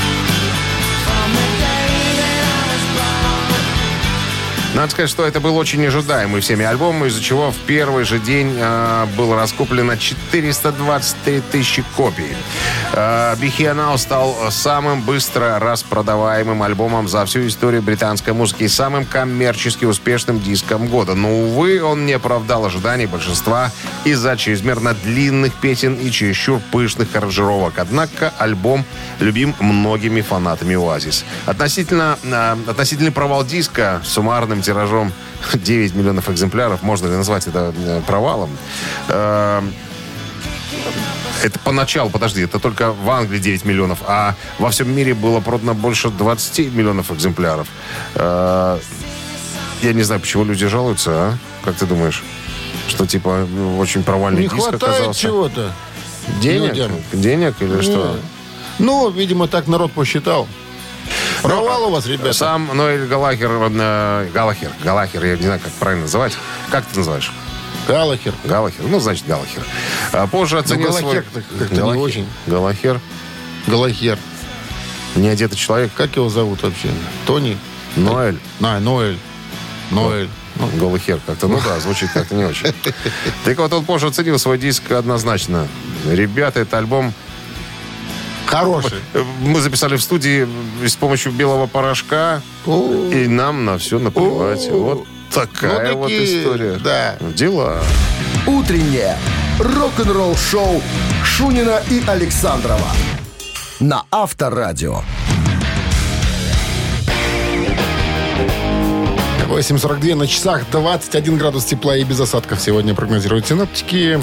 Надо сказать, что это был очень ожидаемый всеми альбом, из-за чего в первый же день э, было раскуплено четыреста двадцать три тысячи копий. Be Here Now стал самым быстро распродаваемым альбомом за всю историю британской музыки и самым коммерчески успешным диском года. Но, увы, он не оправдал ожиданий большинства из-за чрезмерно длинных песен и чересчур пышных аранжировок. Однако альбом любим многими фанатами Oasis. Относительно, э, относительный провал диска с суммарным тиражом девять миллионов экземпляров, можно ли назвать это э, провалом? Э, Это поначалу, подожди, это только в Англии девять миллионов, а во всем мире было продано больше двадцать миллионов экземпляров. Э, я не знаю, почему люди жалуются, а? Как ты думаешь? Что, типа, очень провальный Не диск хватает оказался? чего-то. Денег? Людям. Денег или Не. что? Ну, видимо, так народ посчитал. Провал у вас, ребята. Сам Ноэль Галлахер, э, Галлахер, Галлахер, я не знаю, как правильно называть. Как ты называешь? Галлахер. Галлахер, ну, значит, Галлахер. А позже оценил Галлахер свой... как-то не очень. Галлахер. Галлахер. Не одетый человек. Как его зовут вообще? Тони? Ноэль. А, Ноэль. Ноэль. Ну, Галлахер как-то, ну да, звучит как-то не очень. Так вот, он позже оценил свой диск однозначно. Ребята, это альбом... Хороший. Мы записали в студии с помощью белого порошка, и нам на все наплевать. Вот такая Ну, вот такие, история. да. Дела. Утреннее рок-н-ролл-шоу Шунина и Александрова на Авторадио. восемь сорок два на часах, двадцать один градус тепла и без осадков сегодня прогнозируют синоптики.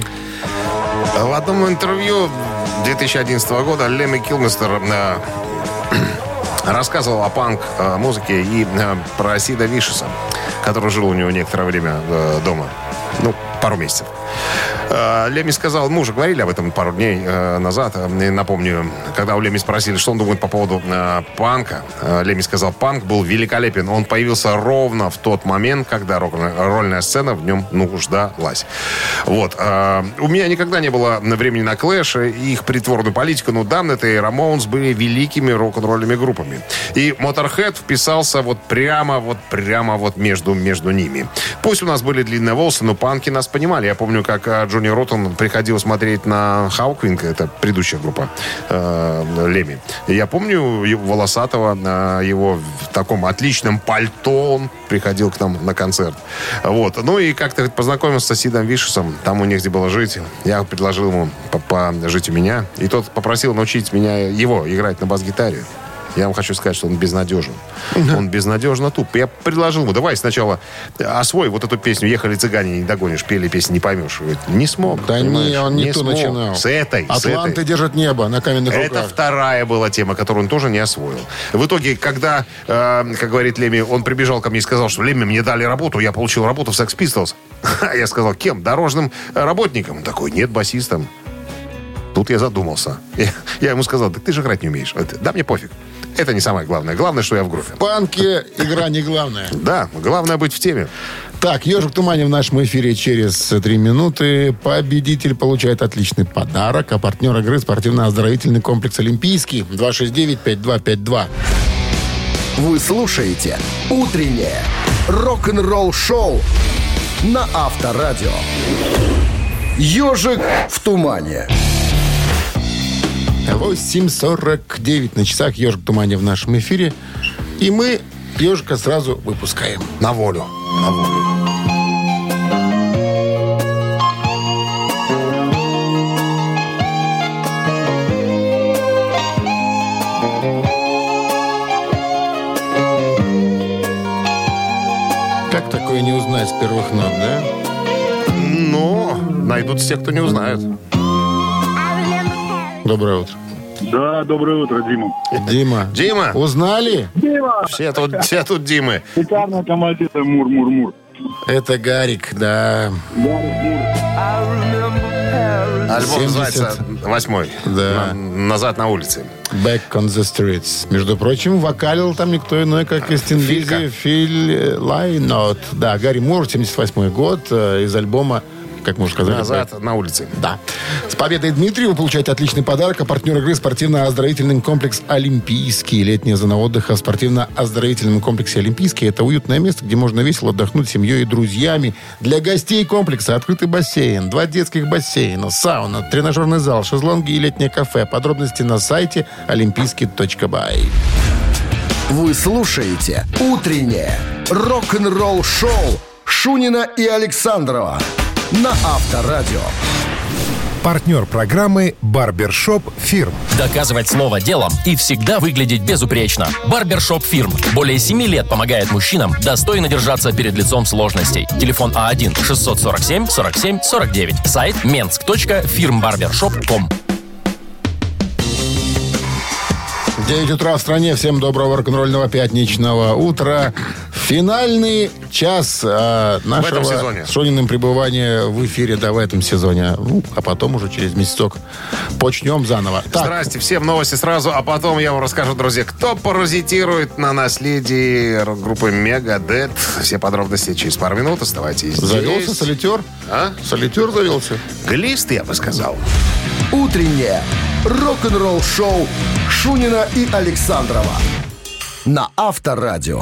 В одном интервью две тысячи одиннадцатого года Лемми Килмистер э, рассказывал о панк-музыке и э, про Сида Вишеса, который жил у него некоторое время э, дома. Ну, пару месяцев. Э, Лемми сказал, мы уже говорили об этом пару дней э, назад. Э, напомню, когда у Лемми спросили, что он думает по поводу э, панка, э, Лемми сказал, панк был великолепен. Он появился ровно в тот момент, когда рок-н-ролльная сцена в нем нуждалась. Вот. Э, у меня никогда не было времени на Клэш и их притворную политику, но Damned и Ramones были великими рок-н-ролльными группами. И Motorhead вписался вот прямо, вот прямо вот между, между ними. Пусть у нас были длинные волосы, но панки нас понимали. Я помню, как Джонни Роттон приходил смотреть на Hawkwind, это предыдущая группа э, Лемми. Я помню его, волосатого, э, его в таком отличном пальто, он приходил к нам на концерт. Вот. Ну и как-то познакомился с Сидом Вишесом, там у них где было жить. Я предложил ему пожить у меня, и тот попросил научить меня его играть на бас-гитаре. Я вам хочу сказать, что он безнадежен. Uh-huh. Он безнадежно туп. Я предложил ему, давай сначала освой вот эту песню «Ехали цыгане, не догонишь, пели песню, не поймешь». Говорит, не смог. Да не, он не, не ту смог. начинал. С этой, «Атланты с этой. держат небо» на каменных Это руках. вторая была тема, которую он тоже не освоил. В итоге, когда, э, как говорит Лемми, он прибежал ко мне и сказал, что Лемми, мне дали работу, я получил работу в Sex Pistols. Я сказал, кем? Дорожным работником. Он такой, нет, басистом. Тут я задумался. Я, я ему сказал, да ты же играть не умеешь. Да мне пофиг. Это не самое главное. Главное, что я в группе. В панке игра не главная. Да, главное быть в теме. Так, «Ежик в тумане» в нашем эфире через три минуты. Победитель получает отличный подарок. А партнер игры — спортивно-оздоровительный комплекс «Олимпийский». два шесть девять пять два пять два. Вы слушаете «Утреннее рок-н-ролл-шоу» на Авторадио. «Ежик в тумане». восемь сорок девять на часах. «Ежик в тумане» в нашем эфире. И мы ежика сразу выпускаем. На волю. На волю. Как такое не узнать с первых нот, да? Ну, найдутся те, кто не узнает. Доброе утро. Да, доброе утро, Дима. Дима. Дима. Узнали? Дима! Все тут, все тут Димы. Шикарная композиция «Мур-мур-мур». Это Гарик, да. Альбом семьдесят. называется «Восьмой». Да. На- «Назад на улице». Back on the Streets. Между прочим, вокалил там никто иной, как из Тин Филька. Лиззи, Филь Лайнот. Да, Гарри Мур, семьдесят восьмой год, э, из альбома как мы уже сказали. Назад на улице. Да. С победой, Дмитрий, вы получаете отличный подарок. А партнер игры спортивно-оздоровительный комплекс «Олимпийский». Летняя зона отдыха в спортивно-оздоровительном комплексе «Олимпийский» — это уютное место, где можно весело отдохнуть с семьей и друзьями. Для гостей комплекса открытый бассейн, два детских бассейна, сауна, тренажерный зал, шезлонги и летнее кафе. Подробности на сайте олимпийский точка бай. Вы слушаете «Утреннее рок-н-ролл-шоу» Шунина и Александрова на Авторадио. Партнер программы «Барбершоп Фирм». Доказывать слово делом и всегда выглядеть безупречно. Барбершоп Фирм. Более семи лет помогает мужчинам достойно держаться перед лицом сложностей. Телефон А один шестьсот сорок семь сорок семь сорок девять. Сайт менск точка фирмбарбершоп точка ком. девять утра в стране. Всем доброго рок-н-ролльного пятничного утра. Финальный час а, нашего с Шуниным пребывания в эфире, да, в этом сезоне. Ну, а потом уже через месяцок почнем заново. Так. Здрасте, всем новости сразу, а потом я вам расскажу, друзья, кто паразитирует на наследии группы Megadeth. Все подробности через пару минут. Оставайтесь здесь. Завелся солитер? А? Солитер завелся? Глист, я бы сказал. Утреннее рок-н-ролл-шоу Шунина и Александрова на Авторадио.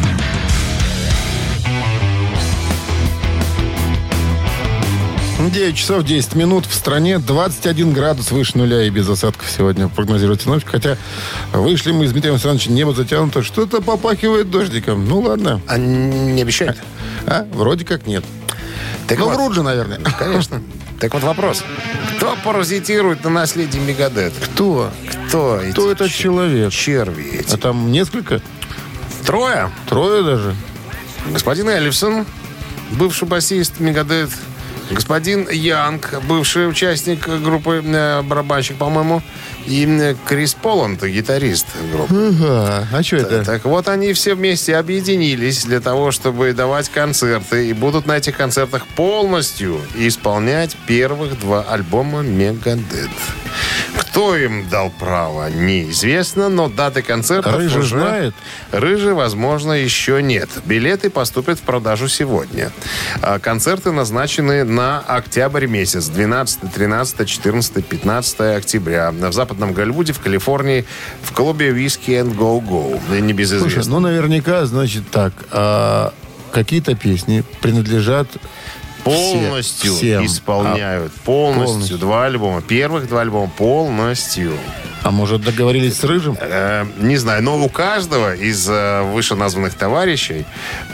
девять часов десять минут. В стране двадцать один градус выше нуля и без осадков сегодня прогнозирует синоптик. Хотя вышли мы из Дмитрия Александровича, небо затянуто. Что-то попахивает дождиком. Ну, ладно. А не обещает? А? Вроде как нет. Так ну, вот, вроде же, наверное. Конечно. Так вот вопрос. Кто паразитирует на наследии Megadeth? Кто? Кто? Эти Кто этот чер- человек? Черви эти. А там несколько? Трое. Трое даже. Господин Эллифсон, бывший басист Megadeth. Господин Янг, бывший участник группы, э, барабанщик, по-моему. И э, Крис Поланд, гитарист группы. Ага. А что это? Так вот, они все вместе объединились для того, чтобы давать концерты. И будут на этих концертах полностью исполнять первых два альбома Megadeth. Кто им дал право, неизвестно, но даты концертов Рыжий уже... знает? Рыжий, возможно, еще нет. Билеты поступят в продажу сегодня. А концерты назначены на октябрь месяц. двенадцатое, тринадцатое, четырнадцатое, пятнадцатое октября. В Западном Голливуде, в Калифорнии, в клубе Whiskey and Go Go. Небезызвестно. Слушай, ну наверняка, значит так, а какие-то песни принадлежат полностью всем. исполняют. А, полностью. полностью. Два альбома. Первых два альбома полностью. А может, договорились с Рыжим? Э, не знаю, но у каждого из э, вышеназванных товарищей...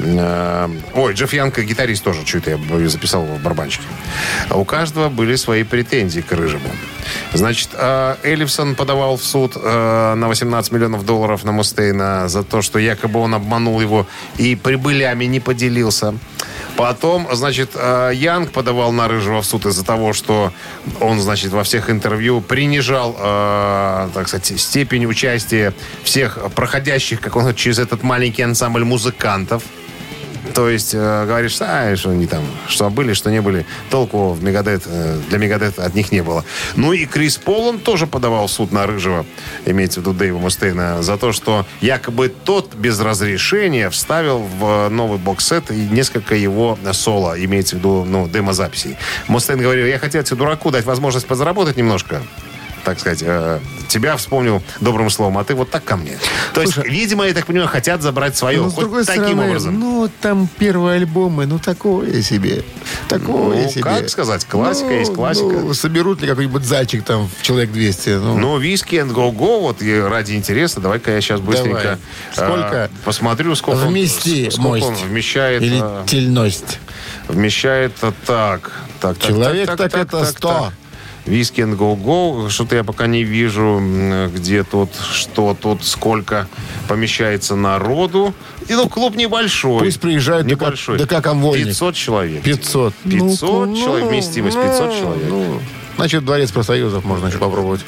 Э, ой, Джефф Янг, гитарист тоже, что-то я записал в барабанчике. У каждого были свои претензии к Рыжему. Значит, э, Эллифсон подавал в суд э, на восемнадцать миллионов долларов на Мустейна за то, что якобы он обманул его и прибылями не поделился. Потом, значит, Янг подавал на Рыжего в суд из-за того, что он, значит, во всех интервью принижал, э, так сказать, степень участия всех проходящих, как он говорит, через этот маленький ансамбль музыкантов. То есть, э, говоришь, а, что они там, что были, что не были. Толку в Megadeth, э, для Megadeth от них не было. Ну и Крис Поланд тоже подавал в суд на Рыжего, имеется в виду Дэйва Мустейна, за то, что якобы тот без разрешения вставил в новый бокс-сет и несколько его соло, имеется в виду, ну, демо-записей. Мустейн говорил, я хотел тебе, дураку, дать возможность подзаработать немножко. Так сказать, э, тебя вспомнил добрым словом, а ты вот так ко мне. То Слушай, есть, видимо, я так понимаю, хотят забрать свое, ну, хоть таким стороны, образом. Ну, там первые альбомы, ну, такое себе. Такое ну, себе. как сказать, классика ну, есть классика. Ну, соберут ли какой-нибудь зайчик там в человек двести? Ну, ну Whiskey and Go Go, вот и ради интереса, давай-ка я сейчас быстренько сколько э, посмотрю, сколько вмести он, сколько он вмещает. Или э, тельность. Вмещает так. так человек так, так, так, так, так это сто. Так. Whiskey and Go Go. Что-то я пока не вижу, где тут, что тут, сколько помещается народу. И, ну, клуб небольшой. Пусть приезжают небольшой. Да как конвойник. пятьсот человек. пятьсот. пятьсот ну, человек. Ну, вместимость ну, пятьсот человек. Ну, значит, дворец профсоюзов можно еще попробовать.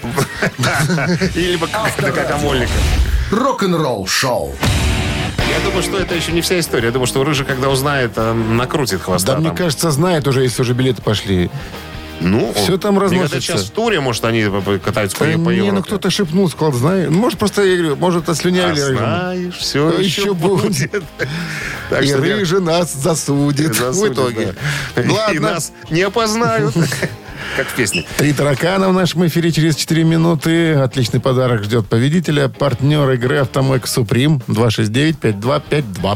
Или как конвойника. Рок-н-ролл шоу. Я думаю, что это еще не вся история. Я думаю, что Рыжий, когда узнает, накрутит хвоста. Да, мне кажется, знает уже, если уже билеты пошли. Ну, Все там мне кажется, разносится. сейчас в туре, может, они катаются по, Да по не, Европе. ну кто-то шепнул, сказал, знаешь. Может, просто, я говорю, может, А ослюнявили. знаешь, все Что еще еще будет. будет? Так И что я- рыжий нас засудит, Засудят, в итоге. да. И Ладно. нас не опознают. Как в песне. Три таракана в нашем эфире через четыре минуты. Отличный подарок ждет победителя. Партнер игры «Автомойка Суприм». два шесть девять пять два пять два.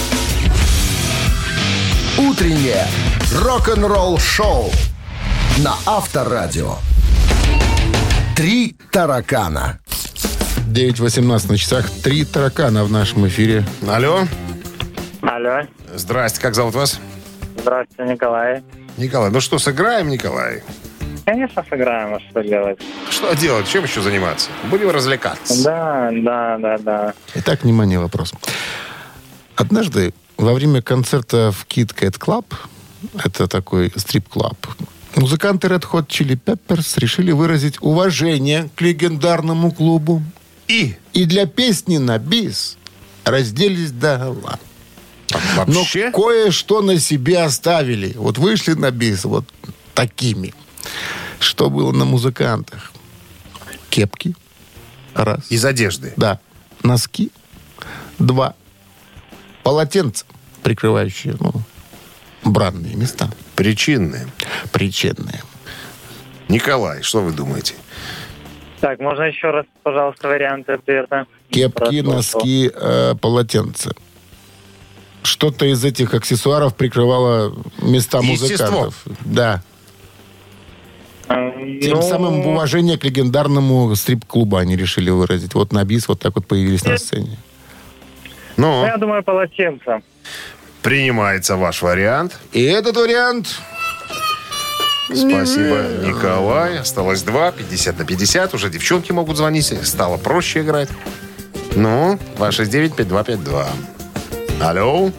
Утреннее рок-н-ролл-шоу на Авторадио. Три таракана. девять восемнадцать на часах. Три таракана в нашем эфире. Алло. Алло. Здрасте, как зовут вас? Здравствуйте, Николай. Николай. Ну что, сыграем, Николай? Конечно, сыграем, а что делать? Что делать? Чем еще заниматься? Будем развлекаться. Да, да, да, да. Итак, внимание, вопрос. Однажды во время концерта в Kit Kat Club, это такой стрип-клаб, музыканты Red Hot Chili Peppers решили выразить уважение к легендарному клубу. И? И для песни на бис разделись догола. Вообще? Но кое-что на себе оставили. Вот вышли на бис вот такими. Что было на музыкантах? Кепки. Раз. Из одежды? Да. Носки. Два. Полотенца, прикрывающие, ну, бранные места. Причинные. Причинные. Николай, что вы думаете? Так, можно еще раз, пожалуйста, варианты ответа? Кепки, носки, э, полотенца. Что-то из этих аксессуаров прикрывало места Естество. музыкантов. Да. Тем Ну, самым уважение к легендарному стрип-клубу они решили выразить. Вот на бис вот так вот появились на сцене. Ну, я думаю, полотенце. принимается ваш вариант. И этот вариант... Спасибо, Николай. Осталось два. пятьдесят на пятьдесят. Уже девчонки могут звонить. Стало проще играть. Ну, два шесть девять пять два пять два. Алло.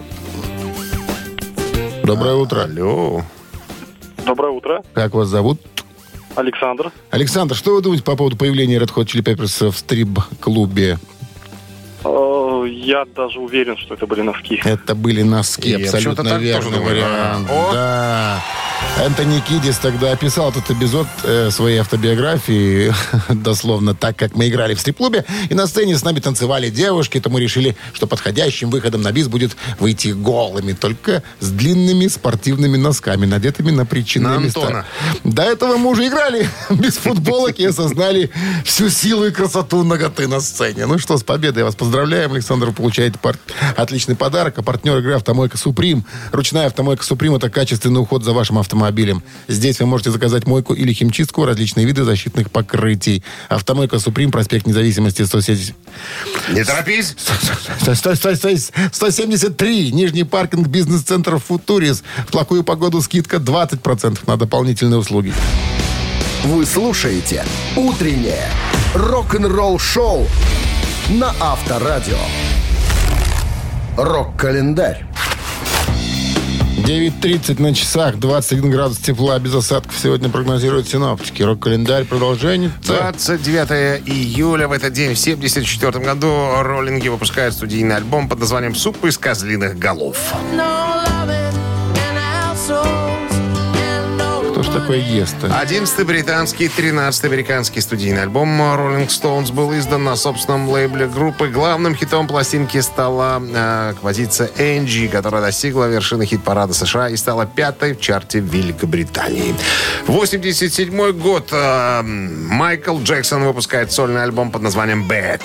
Доброе утро. Алло. Доброе утро. Как вас зовут? Александр. Александр, что вы думаете по поводу появления Red Hot Chili Peppers в стрип-клубе? Э, Я даже уверен, что это были носки. Это были носки, Я почему-то абсолютно так тоже верный думаю. вариант. О. Да. Энтони Кидис тогда описал этот эпизод э, своей автобиографии, дословно так, как мы играли в стрип-клубе, и на сцене с нами танцевали девушки, то мы решили, что подходящим выходом на бис будет выйти голыми, только с длинными спортивными носками, надетыми на причинные На места. Антона. До этого мы уже играли без футболок и осознали всю силу и красоту наготы на сцене. Ну что, с победой вас поздравляем, Александр. Вы получаете пар- отличный подарок. А партнер игры «Автомойка Суприм». Ручная «Автомойка Суприм» — это качественный уход за вашим автомобилем. Здесь вы можете заказать мойку или химчистку, различные виды защитных покрытий. «Автомойка Суприм», проспект Независимости, сто семьдесят... Не торопись. сто, сто, сто, сто семьдесят три. Нижний паркинг бизнес-центр «Футурис». В плохую погоду скидка двадцать процентов на дополнительные услуги. Вы слушаете «Утреннее рок-н-ролл-шоу» на Авторадио. Рок-календарь. девять тридцать на часах, двадцать один градус тепла, без осадков сегодня прогнозируют синоптики. Рок-календарь продолжение. двадцать девятого июля в этот день в семьдесят четвёртом году роллинги выпускают студийный альбом под названием «Суп из козлиных голов». Кто ж такое ест-то? одиннадцатый британский, тринадцатый американский студийный альбом Rolling Stones был издан на собственном лейбле группы. Главным хитом пластинки стала э, композиция «Энджи», которая достигла вершины хит-парада США и стала пятой в чарте Великобритании. восемьдесят седьмой год. Э, Майкл Джексон выпускает сольный альбом под названием «Bad».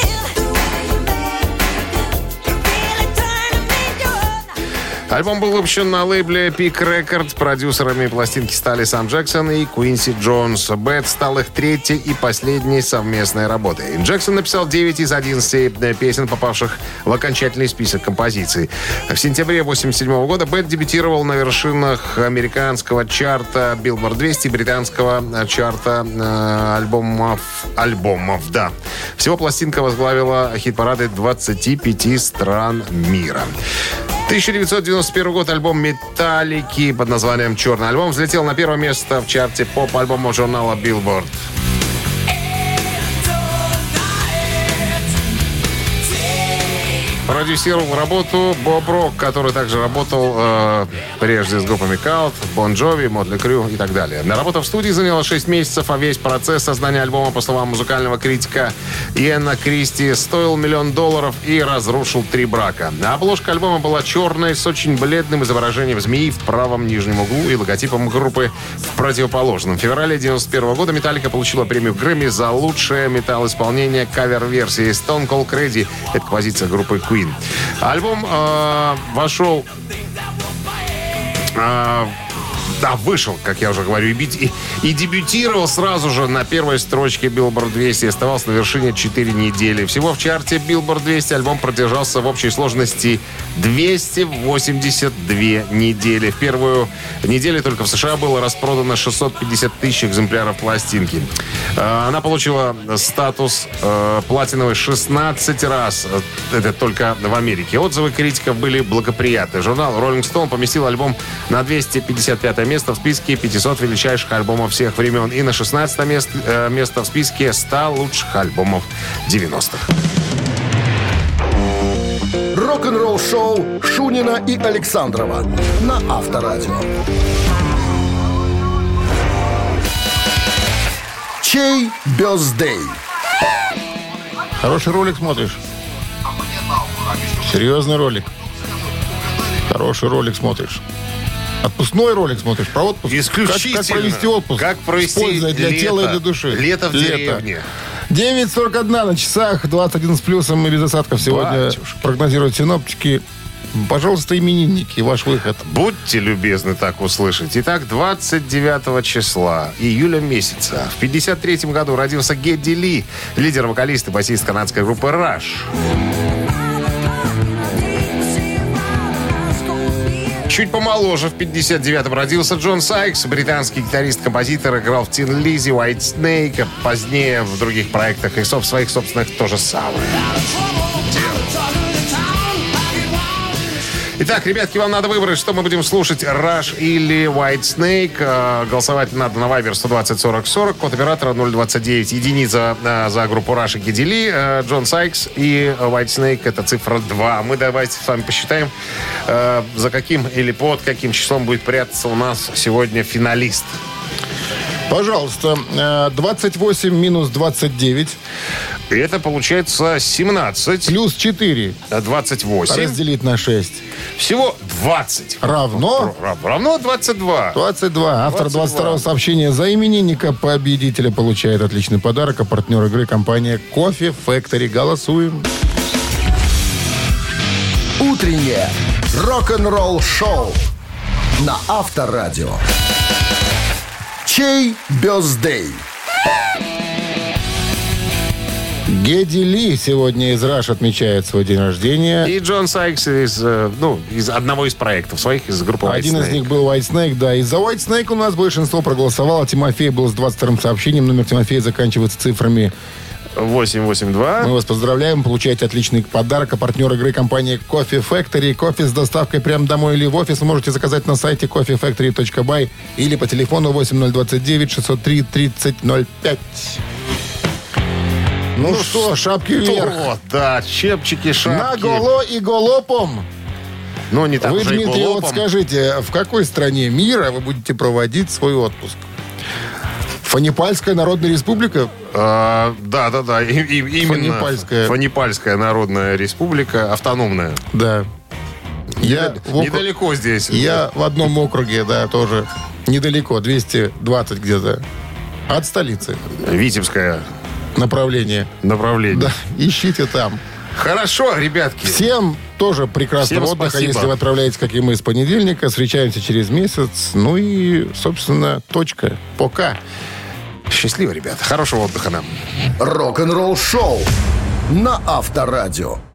Альбом был выпущен на лейбле Peak Records. Продюсерами пластинки стали сам Джексон и Куинси Джонс. «Bad» стал их третьей и последней совместной работой. Джексон написал девять из одиннадцати песен, попавших в окончательный список композиций. В сентябре восемьдесят седьмого года «Bad» дебютировал на вершинах американского чарта Billboard двести, британского чарта э, альбомов, альбомов, да. Всего пластинка возглавила хит-парады двадцати пяти стран мира. тысяча девятьсот девяносто первый год. Альбом «Металлики» под названием «Черный альбом» взлетел на первое место в чарте поп-альбомов журнала Billboard. Продюсировал работу Боб Рок, который также работал э, прежде с группами Cult, Bon Jovi, Motley Crue и так далее. Работа в студии заняла шесть месяцев, а весь процесс создания альбома, по словам музыкального критика Иэна Кристи, стоил миллион долларов и разрушил три брака. Обложка альбома была черной, с очень бледным изображением змеи в правом нижнем углу и логотипом группы в противоположном. В феврале девяносто первого года Металлика получила премию Грэмми за лучшее металл-исполнение кавер-версии Stone Cold Crazy. Это композиция группы Queen. Альбом э, вошел... Э, да, вышел, как я уже говорю, и, и, и дебютировал сразу же на первой строчке Billboard двести и оставался на вершине четыре недели. Всего в чарте Billboard двести альбом продержался в общей сложности двести восемьдесят две недели. В первую неделю только в США было распродано шестьсот пятьдесят тысяч экземпляров пластинки. Она получила статус э, платиновый шестнадцать раз. Это только в Америке. Отзывы критиков были благоприятны. Журнал Rolling Stone поместил альбом на двести пятьдесят пятое место в списке пятисот величайших альбомов всех времен и на шестнадцатое место, э, место в списке ста лучших альбомов девяностых. Рок-н-ролл шоу Шунина и Александрова на Авторадио. Чей бёздей? Хороший ролик смотришь? Серьезный ролик. Хороший ролик смотришь. Отпускной ролик смотришь, про отпуск. Исключительно. Как, как провести отпуск. Как провести для лето, тела и для души. Лето в Лето. деревне. девять сорок один на часах, двадцать один с плюсом и без осадков сегодня Батюшки. прогнозируют синоптики. Пожалуйста, именинники, ваш выход. Будьте любезны так услышать. Итак, двадцать девятого числа июля месяца в пятьдесят третьем году родился Гедди Ли, лидер-вокалист и басист канадской группы Rush. Чуть помоложе, в пятьдесят девятом родился Джон Сайкс, британский гитарист-композитор, играл в Tin Lizzy, White Snake, а позднее в других проектах и в своих собственных то же самое. Итак, ребятки, вам надо выбрать, что мы будем слушать, Rush или White Snake. Голосовать надо на Viber сто двадцать сорок сорок, код оператора ноль двадцать девять. Единица за группу Rush и Гедди Ли, Джон Сайкс и White Snake — это цифра два. Мы давайте с вами посчитаем, за каким или под каким числом будет прятаться у нас сегодня финалист. Пожалуйста, двадцать восемь минус двадцать девять. И это получается семнадцать. Плюс четыре. двадцать восемь. Разделить на шесть. Всего двадцать. Равно? Равно двадцать два. двадцать два. Автор двадцать второго сообщения за именинника победителя получает отличный подарок. А партнер игры — компания Coffee Factory. Голосуем. Утреннее рок-н-ролл шоу на Авторадио. Чей бёздей? Гедди Ли сегодня из Rush отмечает свой день рождения. И Джон Сайкс из, ну, из одного из проектов своих, из группы White Один Snake. из них был White Snake, да. Из-за White Snake у нас большинство проголосовало. Тимофей был с двадцать вторым сообщением. Номер Тимофея заканчивается цифрами восемь восемь два. Мы вас поздравляем. Получаете отличный подарок. А партнер игры — компания Coffee Factory. Кофе с доставкой прямо домой или в офис вы можете заказать на сайте кофе фэктори точка бай или по телефону восемь ноль двадцать девять шестьсот три тридцать ноль пять. Ну, ну что, шапки вверх. Вот, да, чепчики, шапки. Наголо и голопом. Ну, не так вы, уже и Дмитрий, голопом. вот скажите, в какой стране мира вы будете проводить свой отпуск? Фанипальская Народная Республика? А, да, да, да. И, и, именно Фанипальская. Фанипальская Народная Республика, автономная. Да. Я Недал- в ок- Недалеко здесь. Я в одном округе, да, тоже недалеко, двести двадцать где-то. От столицы. Витебское Направление. направление. Да, ищите там. Хорошо, ребятки. Всем тоже прекрасного Всем отдыха, спасибо. если вы отправляетесь, как и мы, с понедельника. Встречаемся через месяц. Ну и, собственно, точка. Пока. Счастливо, ребята. Хорошего отдыха нам. Рок-н-ролл шоу на Авторадио.